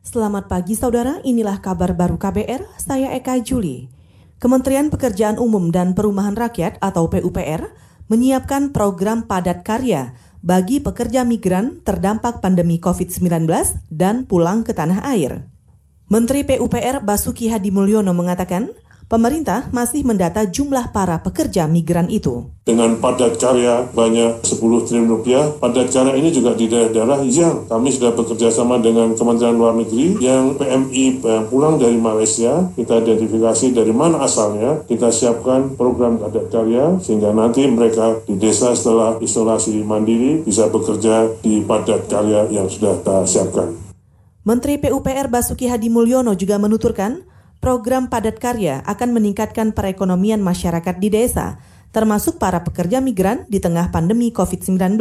Selamat pagi saudara, inilah kabar baru KBR, saya Eka Juli. Kementerian Pekerjaan Umum dan Perumahan Rakyat atau PUPR menyiapkan program padat karya bagi pekerja migran terdampak pandemi COVID-19 dan pulang ke tanah air. Menteri PUPR Basuki Hadimulyono mengatakan, pemerintah masih mendata jumlah para pekerja migran itu. Dengan padat karya banyak 10 triliun rupiah, padat karya ini juga di daerah-daerah yang kami sudah bekerja sama dengan Kementerian Luar Negeri yang PMI pulang dari Malaysia, kita identifikasi dari mana asalnya, kita siapkan program padat karya sehingga nanti mereka di desa setelah isolasi mandiri bisa bekerja di padat karya yang sudah kita siapkan. Menteri PUPR Basuki Hadimulyono juga menuturkan, program padat karya akan meningkatkan perekonomian masyarakat di desa, termasuk para pekerja migran di tengah pandemi COVID-19.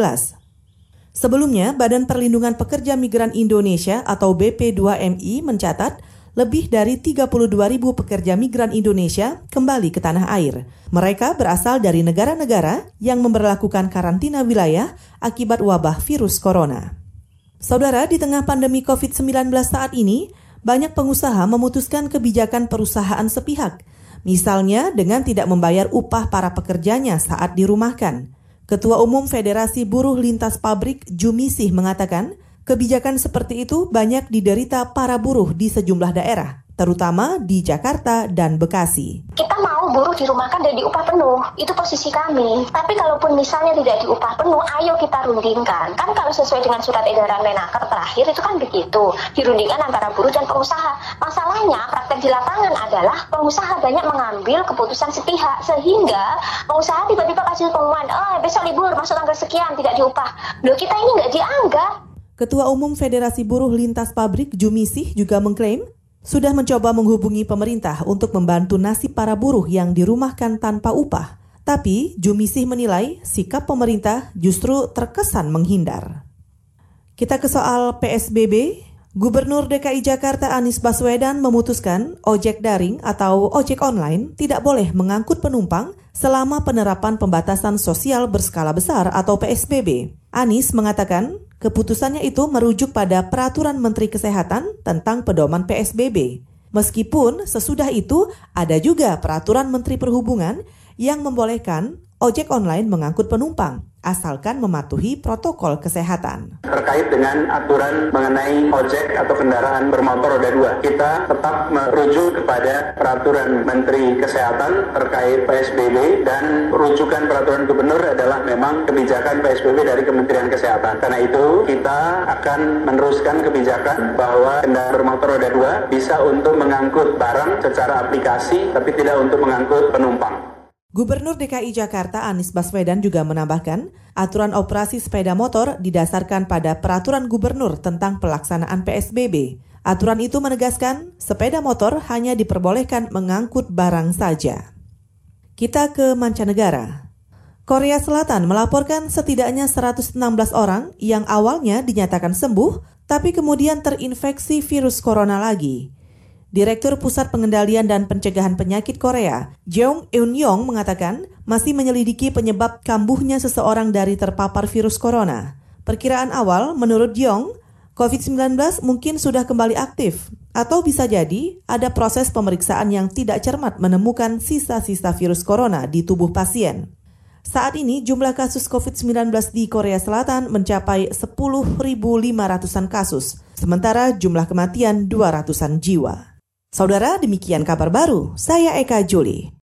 Sebelumnya, Badan Perlindungan Pekerja Migran Indonesia atau BP2MI mencatat lebih dari 32.000 pekerja migran Indonesia kembali ke tanah air. Mereka berasal dari negara-negara yang memberlakukan karantina wilayah akibat wabah virus corona. Saudara, di tengah pandemi COVID-19 saat ini, banyak pengusaha memutuskan kebijakan perusahaan sepihak, misalnya dengan tidak membayar upah para pekerjanya saat dirumahkan. Ketua Umum Federasi Buruh Lintas Pabrik Jumisih mengatakan, kebijakan seperti itu banyak diderita para buruh di sejumlah daerah, terutama di Jakarta dan Bekasi. Kita mau buruh dirumahkan dan diupah penuh, itu posisi kami. Tapi kalaupun misalnya tidak diupah penuh, ayo kita rundingkan. Kan kalau sesuai dengan surat edaran Menaker terakhir itu kan begitu, dirundingkan antara buruh dan pengusaha. Masalahnya praktek di lapangan adalah pengusaha banyak mengambil keputusan sepihak, sehingga pengusaha tiba-tiba kasih pengumuman, besok libur, masuk tanggal sekian, tidak diupah. Loh, kita ini nggak dianggap. Ketua Umum Federasi Buruh Lintas Pabrik Jumisih juga mengklaim, sudah mencoba menghubungi pemerintah untuk membantu nasib para buruh yang dirumahkan tanpa upah. Tapi Jumisih menilai sikap pemerintah justru terkesan menghindar. Kita ke soal PSBB. Gubernur DKI Jakarta Anies Baswedan memutuskan ojek daring atau ojek online tidak boleh mengangkut penumpang selama penerapan pembatasan sosial berskala besar atau PSBB. Anies mengatakan keputusannya itu merujuk pada Peraturan Menteri Kesehatan tentang pedoman PSBB. Meskipun sesudah itu ada juga Peraturan Menteri Perhubungan yang membolehkan ojek online mengangkut penumpang, asalkan mematuhi protokol kesehatan. Terkait dengan aturan mengenai ojek atau kendaraan bermotor roda 2, kita tetap merujuk kepada Peraturan Menteri Kesehatan terkait PSBB dan rujukan Peraturan Gubernur adalah memang kebijakan PSBB dari Kementerian Kesehatan. Karena itu kita akan meneruskan kebijakan bahwa kendaraan bermotor roda 2 bisa untuk mengangkut barang secara aplikasi tapi tidak untuk mengangkut penumpang. Gubernur DKI Jakarta Anies Baswedan juga menambahkan, aturan operasi sepeda motor didasarkan pada Peraturan Gubernur tentang pelaksanaan PSBB. Aturan itu menegaskan, sepeda motor hanya diperbolehkan mengangkut barang saja. Kita ke mancanegara. Korea Selatan melaporkan setidaknya 116 orang yang awalnya dinyatakan sembuh, tapi kemudian terinfeksi virus corona lagi. Direktur Pusat Pengendalian dan Pencegahan Penyakit Korea, Jeong Eun-yong mengatakan masih menyelidiki penyebab kambuhnya seseorang dari terpapar virus corona. Perkiraan awal, menurut Jeong, COVID-19 mungkin sudah kembali aktif, atau bisa jadi ada proses pemeriksaan yang tidak cermat menemukan sisa-sisa virus corona di tubuh pasien. Saat ini jumlah kasus COVID-19 di Korea Selatan mencapai 10.500-an kasus, sementara jumlah kematian 200-an jiwa. Saudara, demikian kabar baru. Saya Eka Juli.